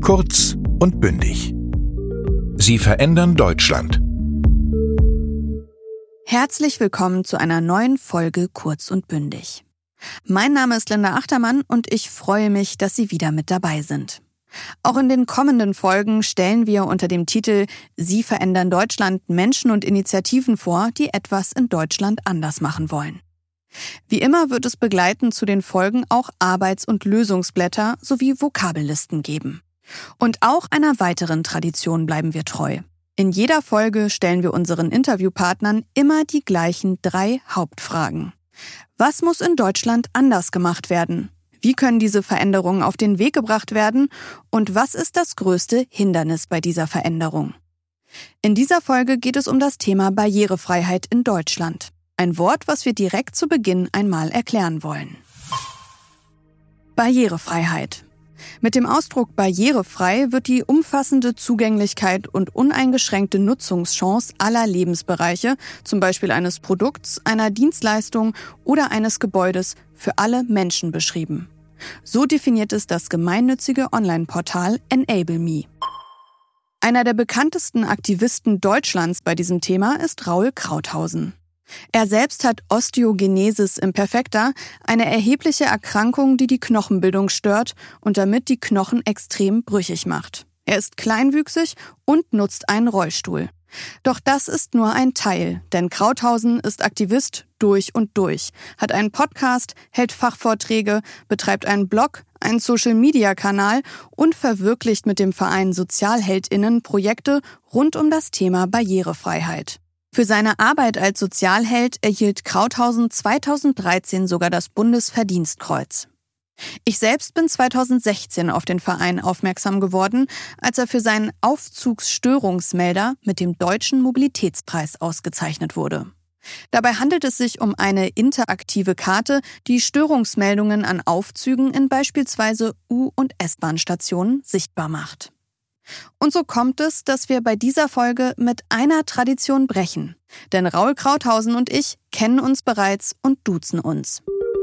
Kurz und bündig. Sie verändern Deutschland. Herzlich willkommen zu einer neuen Folge Kurz und bündig. Mein Name ist Linda Achtermann und ich freue mich, dass Sie wieder mit dabei sind. Auch in den kommenden Folgen stellen wir unter dem Titel Sie verändern Deutschland Menschen und Initiativen vor, die etwas in Deutschland anders machen wollen. Wie immer wird es begleitend zu den Folgen auch Arbeits- und Lösungsblätter sowie Vokabellisten geben. Und auch einer weiteren Tradition bleiben wir treu. In jeder Folge stellen wir unseren Interviewpartnern immer die gleichen 3 Hauptfragen. Was muss in Deutschland anders gemacht werden? Wie können diese Veränderungen auf den Weg gebracht werden? Und was ist das größte Hindernis bei dieser Veränderung? In dieser Folge geht es um das Thema Barrierefreiheit in Deutschland. Ein Wort, was wir direkt zu Beginn einmal erklären wollen. Barrierefreiheit. Mit dem Ausdruck barrierefrei wird die umfassende Zugänglichkeit und uneingeschränkte Nutzungschance aller Lebensbereiche, zum Beispiel eines Produkts, einer Dienstleistung oder eines Gebäudes, für alle Menschen beschrieben. So definiert es das gemeinnützige Online-Portal Enable Me. Einer der bekanntesten Aktivisten Deutschlands bei diesem Thema ist Raul Krauthausen. Er selbst hat Osteogenesis imperfecta, eine erhebliche Erkrankung, die die Knochenbildung stört und damit die Knochen extrem brüchig macht. Er ist kleinwüchsig und nutzt einen Rollstuhl. Doch das ist nur ein Teil, denn Krauthausen ist Aktivist durch und durch, hat einen Podcast, hält Fachvorträge, betreibt einen Blog, einen Social-Media-Kanal und verwirklicht mit dem Verein SozialheldInnen Projekte rund um das Thema Barrierefreiheit. Für seine Arbeit als Sozialheld erhielt Krauthausen 2013 sogar das Bundesverdienstkreuz. Ich selbst bin 2016 auf den Verein aufmerksam geworden, als er für seinen Aufzugsstörungsmelder mit dem Deutschen Mobilitätspreis ausgezeichnet wurde. Dabei handelt es sich um eine interaktive Karte, die Störungsmeldungen an Aufzügen in beispielsweise U- und S-Bahn-Stationen sichtbar macht. Und so kommt es, dass wir bei dieser Folge mit einer Tradition brechen. Denn Raul Krauthausen und ich kennen uns bereits und duzen uns.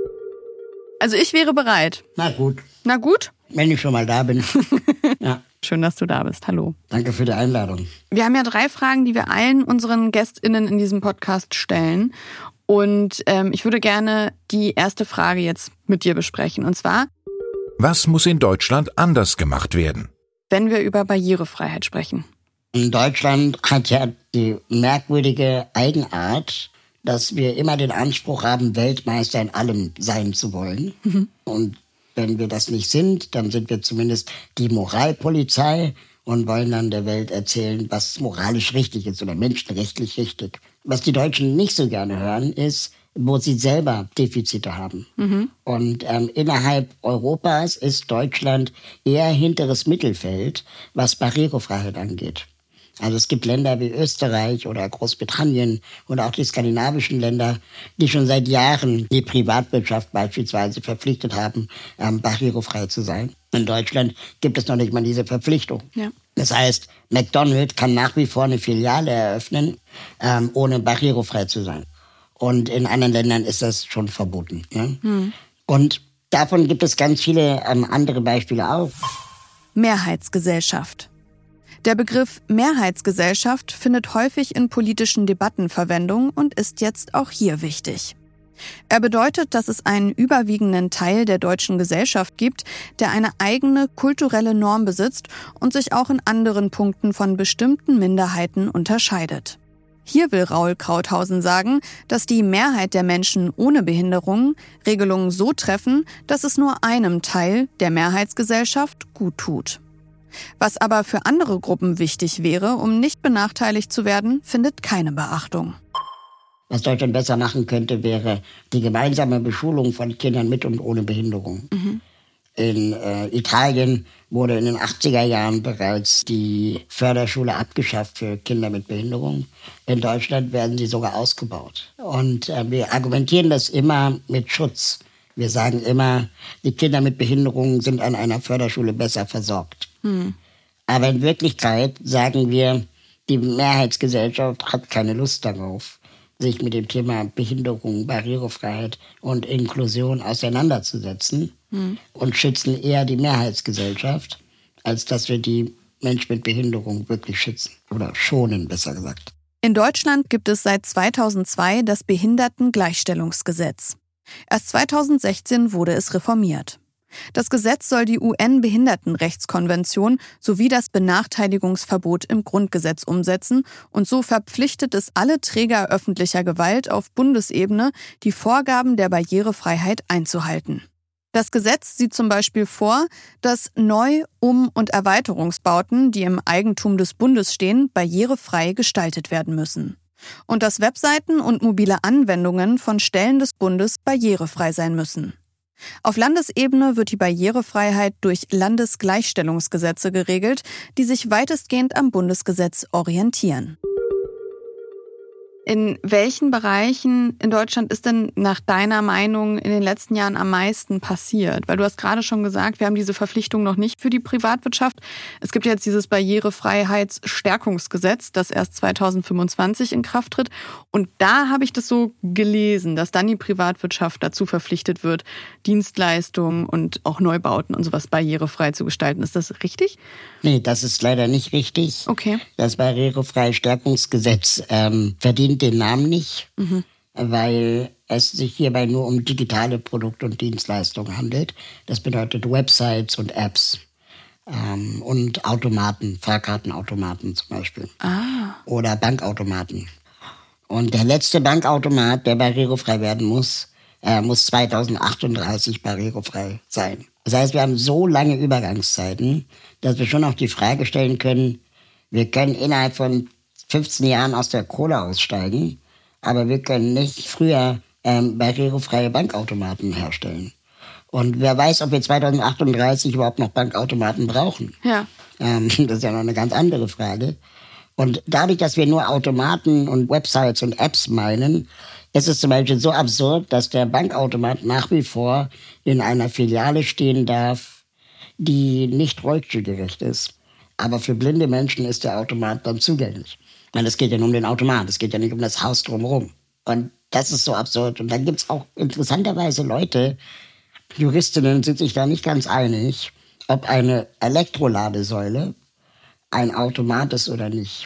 Also ich wäre bereit. Na gut. Na gut? Wenn ich schon mal da bin. Ja. Schön, dass du da bist. Hallo. Danke für die Einladung. Wir haben ja 3 Fragen, die wir allen unseren GästInnen in diesem Podcast stellen. Und ich würde gerne die erste Frage jetzt mit dir besprechen. Und zwar: Was muss in Deutschland anders gemacht werden? Wenn wir über Barrierefreiheit sprechen. In Deutschland hat ja die merkwürdige Eigenart, dass wir immer den Anspruch haben, Weltmeister in allem sein zu wollen. Und wenn wir das nicht sind, dann sind wir zumindest die Moralpolizei und wollen dann der Welt erzählen, was moralisch richtig ist oder menschenrechtlich richtig. Was die Deutschen nicht so gerne hören, ist, wo sie selber Defizite haben. Und innerhalb Europas ist Deutschland eher hinteres Mittelfeld, was Barrierefreiheit angeht. Also es gibt Länder wie Österreich oder Großbritannien oder auch die skandinavischen Länder, die schon seit Jahren die Privatwirtschaft beispielsweise verpflichtet haben, barrierefrei zu sein. In Deutschland gibt es noch nicht mal diese Verpflichtung. Ja. Das heißt, McDonald's kann nach wie vor eine Filiale eröffnen, ohne barrierefrei zu sein. Und in anderen Ländern ist das schon verboten. Ne? Und davon gibt es ganz viele andere Beispiele auch. Mehrheitsgesellschaft. Der Begriff Mehrheitsgesellschaft findet häufig in politischen Debatten Verwendung und ist jetzt auch hier wichtig. Er bedeutet, dass es einen überwiegenden Teil der deutschen Gesellschaft gibt, der eine eigene kulturelle Norm besitzt und sich auch in anderen Punkten von bestimmten Minderheiten unterscheidet. Hier will Raul Krauthausen sagen, dass die Mehrheit der Menschen ohne Behinderung Regelungen so treffen, dass es nur einem Teil der Mehrheitsgesellschaft gut tut. Was aber für andere Gruppen wichtig wäre, um nicht benachteiligt zu werden, findet keine Beachtung. Was Deutschland besser machen könnte, wäre die gemeinsame Beschulung von Kindern mit und ohne Behinderung. In Italien wurde in den 80er Jahren bereits die Förderschule abgeschafft für Kinder mit Behinderung. In Deutschland werden sie sogar ausgebaut. Und wir argumentieren das immer mit Schutz. Wir sagen immer, die Kinder mit Behinderung sind an einer Förderschule besser versorgt. Aber in Wirklichkeit sagen wir, die Mehrheitsgesellschaft hat keine Lust darauf, sich mit dem Thema Behinderung, Barrierefreiheit und Inklusion auseinanderzusetzen und schützen eher die Mehrheitsgesellschaft als dass wir die Menschen mit Behinderung wirklich schützen oder schonen, besser gesagt. In Deutschland gibt es seit 2002 das Behindertengleichstellungsgesetz. Erst 2016 wurde es reformiert. Das Gesetz soll die UN-Behindertenrechtskonvention sowie das Benachteiligungsverbot im Grundgesetz umsetzen und so verpflichtet es alle Träger öffentlicher Gewalt auf Bundesebene, die Vorgaben der Barrierefreiheit einzuhalten. Das Gesetz sieht zum Beispiel vor, dass Neu-, Um- und Erweiterungsbauten, die im Eigentum des Bundes stehen, barrierefrei gestaltet werden müssen. Und dass Webseiten und mobile Anwendungen von Stellen des Bundes barrierefrei sein müssen. Auf Landesebene wird die Barrierefreiheit durch Landesgleichstellungsgesetze geregelt, die sich weitestgehend am Bundesgesetz orientieren. In welchen Bereichen in Deutschland ist denn nach deiner Meinung in den letzten Jahren am meisten passiert? Weil du hast gerade schon gesagt, wir haben diese Verpflichtung noch nicht für die Privatwirtschaft. Es gibt jetzt dieses Barrierefreiheitsstärkungsgesetz, das erst 2025 in Kraft tritt. Und da habe ich das so gelesen, dass dann die Privatwirtschaft dazu verpflichtet wird, Dienstleistungen und auch Neubauten und sowas barrierefrei zu gestalten. Ist das richtig? Nee, das ist leider nicht richtig. Okay. Das Barrierefreistärkungsgesetz verdient den Namen nicht, weil es sich hierbei nur um digitale Produkte und Dienstleistungen handelt. Das bedeutet Websites und Apps und Automaten, Fahrkartenautomaten zum Beispiel. Oder Bankautomaten. Und der letzte Bankautomat, der barrierefrei werden muss 2038 barrierefrei sein. Das heißt, wir haben so lange Übergangszeiten, dass wir schon auch die Frage stellen können, wir können innerhalb von 15 Jahren aus der Kohle aussteigen, aber wir können nicht früher barrierefreie Bankautomaten herstellen. Und wer weiß, ob wir 2038 überhaupt noch Bankautomaten brauchen. Ja. Das ist ja noch eine ganz andere Frage. Und dadurch, dass wir nur Automaten und Websites und Apps meinen, ist es zum Beispiel so absurd, dass der Bankautomat nach wie vor in einer Filiale stehen darf, die nicht rollstuhlgerecht ist. Aber für blinde Menschen ist der Automat dann zugänglich. Weil es geht ja nur um den Automat, es geht ja nicht um das Haus drumherum. Und das ist so absurd. Und dann gibt es auch interessanterweise Leute, Juristinnen sind sich da nicht ganz einig, ob eine Elektroladesäule ein Automat ist oder nicht.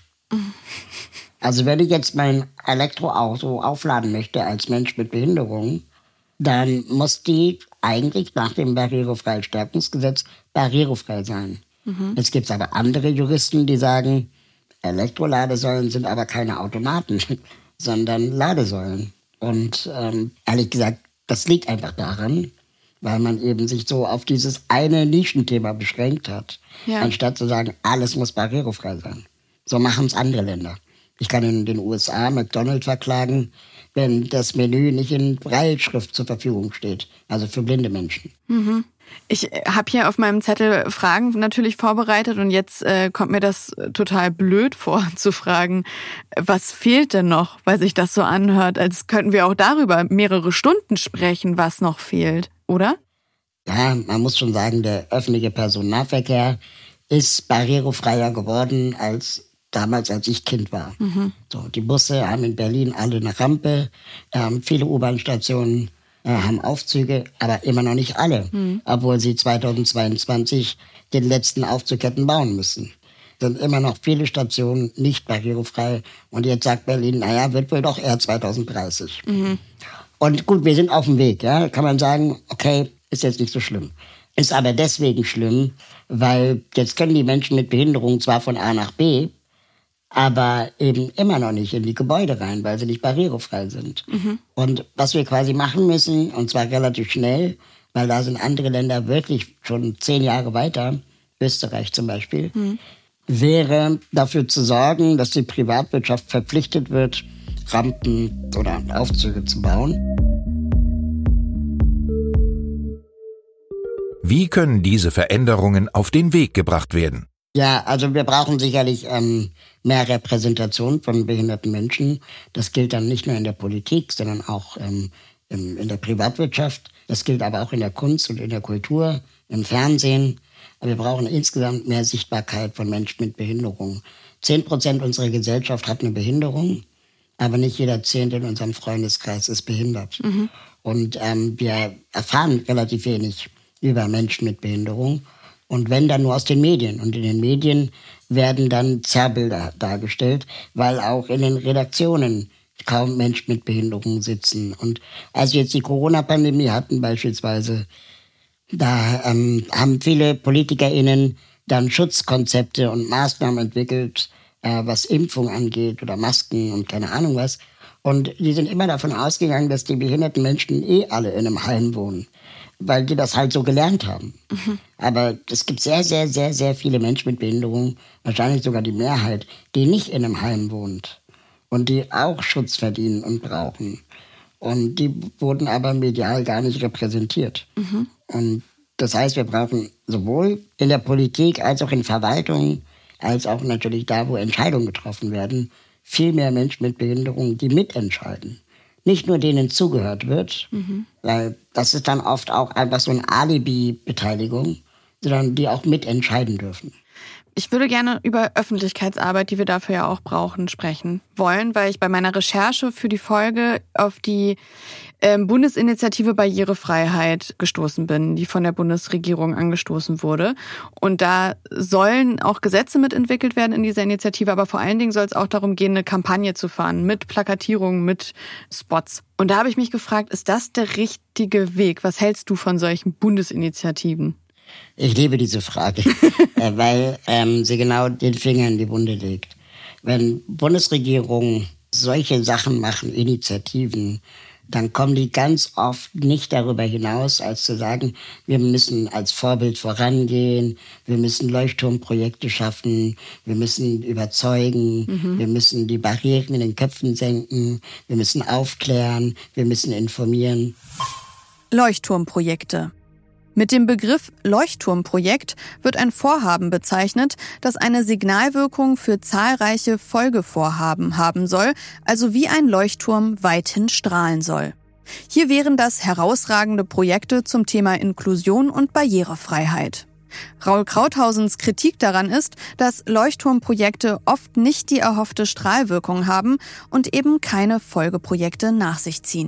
Also wenn ich jetzt mein Elektroauto aufladen möchte als Mensch mit Behinderung, dann muss die eigentlich nach dem Barrierefreistärkungsgesetz barrierefrei sein. Jetzt gibt es aber andere Juristen, die sagen, Elektroladesäulen sind aber keine Automaten, sondern Ladesäulen. Und ehrlich gesagt, das liegt einfach daran, weil man eben sich so auf dieses eine Nischenthema beschränkt hat, anstatt zu sagen, alles muss barrierefrei sein. So machen es andere Länder. Ich kann in den USA McDonald's verklagen, wenn das Menü nicht in Brailleschrift zur Verfügung steht, also für blinde Menschen. Ich habe hier auf meinem Zettel Fragen natürlich vorbereitet und jetzt kommt mir das total blöd vor, zu fragen, was fehlt denn noch, weil sich das so anhört, als könnten wir auch darüber mehrere Stunden sprechen, was noch fehlt, oder? Ja, man muss schon sagen, der öffentliche Personennahverkehr ist barrierefreier geworden als damals, als ich Kind war. So, die Busse haben in Berlin alle eine Rampe, viele U-Bahn-Stationen haben Aufzüge, aber immer noch nicht alle, obwohl sie 2022 den letzten Aufzug hätten bauen müssen. Sind immer noch viele Stationen nicht barrierefrei und jetzt sagt Berlin, naja, wird wohl doch eher 2030. Und gut, wir sind auf dem Weg, ja, kann man sagen, okay, ist jetzt nicht so schlimm. Ist aber deswegen schlimm, weil jetzt können die Menschen mit Behinderung zwar von A nach B, aber eben immer noch nicht in die Gebäude rein, weil sie nicht barrierefrei sind. Und was wir quasi machen müssen, und zwar relativ schnell, weil da sind andere Länder wirklich schon 10 Jahre weiter, Österreich zum Beispiel, wäre dafür zu sorgen, dass die Privatwirtschaft verpflichtet wird, Rampen oder Aufzüge zu bauen. Wie können diese Veränderungen auf den Weg gebracht werden? Ja, also wir brauchen sicherlich mehr Repräsentation von behinderten Menschen. Das gilt dann nicht nur in der Politik, sondern auch in der Privatwirtschaft. Das gilt aber auch in der Kunst und in der Kultur, im Fernsehen. Wir brauchen insgesamt mehr Sichtbarkeit von Menschen mit Behinderung. 10% unserer Gesellschaft hat eine Behinderung, aber nicht jeder 10. in unserem Freundeskreis ist behindert. Und wir erfahren relativ wenig über Menschen mit Behinderung. Und wenn, dann nur aus den Medien. Und in den Medien werden dann Zerrbilder dargestellt, weil auch in den Redaktionen kaum Menschen mit Behinderungen sitzen. Und als wir jetzt die Corona-Pandemie hatten beispielsweise, da haben viele PolitikerInnen dann Schutzkonzepte und Maßnahmen entwickelt, was Impfung angeht oder Masken und keine Ahnung was. Und die sind immer davon ausgegangen, dass die behinderten Menschen alle in einem Heim wohnen, weil die das halt so gelernt haben. Aber es gibt sehr, sehr, sehr, sehr viele Menschen mit Behinderung, wahrscheinlich sogar die Mehrheit, die nicht in einem Heim wohnt und die auch Schutz verdienen und brauchen. Und die wurden aber medial gar nicht repräsentiert. Und das heißt, wir brauchen sowohl in der Politik als auch in Verwaltung, als auch natürlich da, wo Entscheidungen getroffen werden, viel mehr Menschen mit Behinderung, die mitentscheiden. Nicht nur denen zugehört wird, weil das ist dann oft auch einfach so eine Alibi-Beteiligung, sondern die auch mitentscheiden dürfen. Ich würde gerne über Öffentlichkeitsarbeit, die wir dafür ja auch brauchen, sprechen wollen, weil ich bei meiner Recherche für die Folge auf die Bundesinitiative Barrierefreiheit gestoßen bin, die von der Bundesregierung angestoßen wurde. Und da sollen auch Gesetze mitentwickelt werden in dieser Initiative, aber vor allen Dingen soll es auch darum gehen, eine Kampagne zu fahren mit Plakatierungen, mit Spots. Und da habe ich mich gefragt, ist das der richtige Weg? Was hältst du von solchen Bundesinitiativen? Ich liebe diese Frage, weil sie genau den Finger in die Wunde legt. Wenn Bundesregierungen solche Sachen machen, Initiativen, dann kommen die ganz oft nicht darüber hinaus, als zu sagen, wir müssen als Vorbild vorangehen, wir müssen Leuchtturmprojekte schaffen, wir müssen überzeugen, wir müssen die Barrieren in den Köpfen senken, wir müssen aufklären, wir müssen informieren. Leuchtturmprojekte. Mit dem Begriff Leuchtturmprojekt wird ein Vorhaben bezeichnet, das eine Signalwirkung für zahlreiche Folgevorhaben haben soll, also wie ein Leuchtturm weithin strahlen soll. Hier wären das herausragende Projekte zum Thema Inklusion und Barrierefreiheit. Raul Krauthausens Kritik daran ist, dass Leuchtturmprojekte oft nicht die erhoffte Strahlwirkung haben und eben keine Folgeprojekte nach sich ziehen.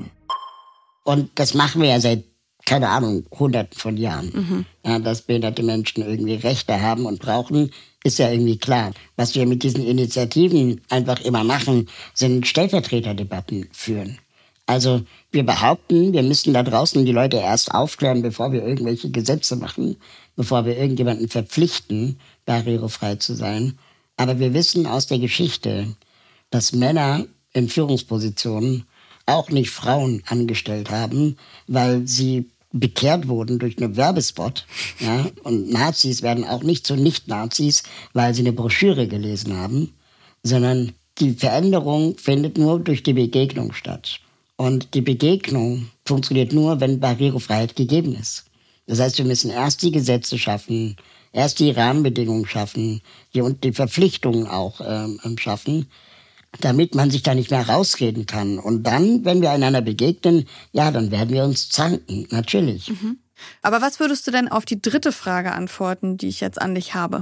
Und das machen wir ja seit keine Ahnung, Hunderten von Jahren. Ja, dass behinderte Menschen irgendwie Rechte haben und brauchen, ist ja irgendwie klar. Was wir mit diesen Initiativen einfach immer machen, sind Stellvertreterdebatten führen. Also wir behaupten, wir müssen da draußen die Leute erst aufklären, bevor wir irgendwelche Gesetze machen, bevor wir irgendjemanden verpflichten, barrierefrei zu sein. Aber wir wissen aus der Geschichte, dass Männer in Führungspositionen auch nicht Frauen angestellt haben, weil sie bekehrt wurden durch einen Werbespot. Ja? Und Nazis werden auch nicht zu Nicht-Nazis, weil sie eine Broschüre gelesen haben, sondern die Veränderung findet nur durch die Begegnung statt. Und die Begegnung funktioniert nur, wenn Barrierefreiheit gegeben ist. Das heißt, wir müssen erst die Gesetze schaffen, erst die Rahmenbedingungen schaffen und die Verpflichtungen auch schaffen, damit man sich da nicht mehr rausreden kann. Und dann, wenn wir einander begegnen, ja, dann werden wir uns zanken, natürlich. Aber was würdest du denn auf die dritte Frage antworten, die ich jetzt an dich habe?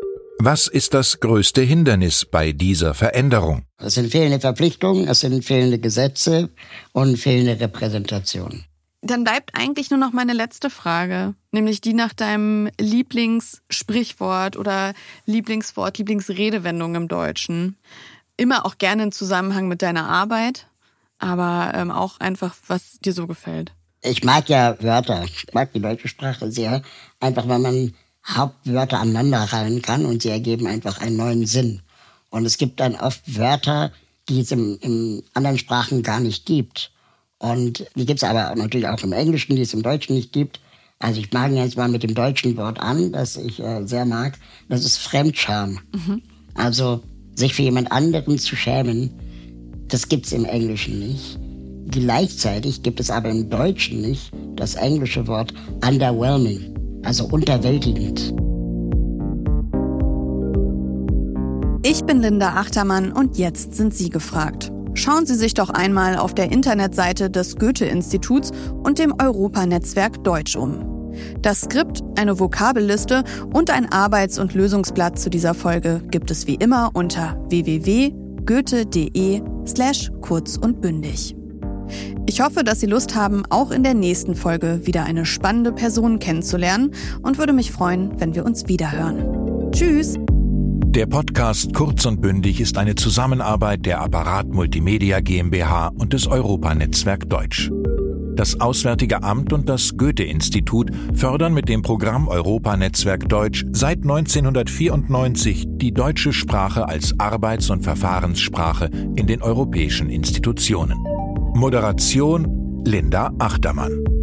Was ist das größte Hindernis bei dieser Veränderung? Es sind fehlende Verpflichtungen, es sind fehlende Gesetze und fehlende Repräsentation. Dann bleibt eigentlich nur noch meine letzte Frage, nämlich die nach deinem Lieblingssprichwort oder Lieblingswort, Lieblingsredewendung im Deutschen. Immer auch gerne im Zusammenhang mit deiner Arbeit, aber auch einfach, was dir so gefällt. Ich mag ja Wörter. Ich mag die deutsche Sprache sehr. Einfach, weil man Hauptwörter aneinander reihen kann und sie ergeben einfach einen neuen Sinn. Und es gibt dann oft Wörter, die es in anderen Sprachen gar nicht gibt. Und die gibt es aber natürlich auch im Englischen, die es im Deutschen nicht gibt. Also ich mag jetzt mal mit dem deutschen Wort an, das ich sehr mag. Das ist Fremdscham. Also sich für jemand anderen zu schämen, das gibt's im Englischen nicht. Gleichzeitig gibt es aber im Deutschen nicht das englische Wort underwhelming, also unterwältigend. Ich bin Linda Achtermann und jetzt sind Sie gefragt. Schauen Sie sich doch einmal auf der Internetseite des Goethe-Instituts und dem Europanetzwerk Deutsch um. Das Skript, eine Vokabelliste und ein Arbeits- und Lösungsblatt zu dieser Folge gibt es wie immer unter www.goethe.de/kurz und bündig. Ich hoffe, dass Sie Lust haben, auch in der nächsten Folge wieder eine spannende Person kennenzulernen und würde mich freuen, wenn wir uns wiederhören. Tschüss! Der Podcast Kurz und Bündig ist eine Zusammenarbeit der Apparat Multimedia GmbH und des Europa-Netzwerk Deutsch. Das Auswärtige Amt und das Goethe-Institut fördern mit dem Programm Europa-Netzwerk Deutsch seit 1994 die deutsche Sprache als Arbeits- und Verfahrenssprache in den europäischen Institutionen. Moderation Linda Achtermann.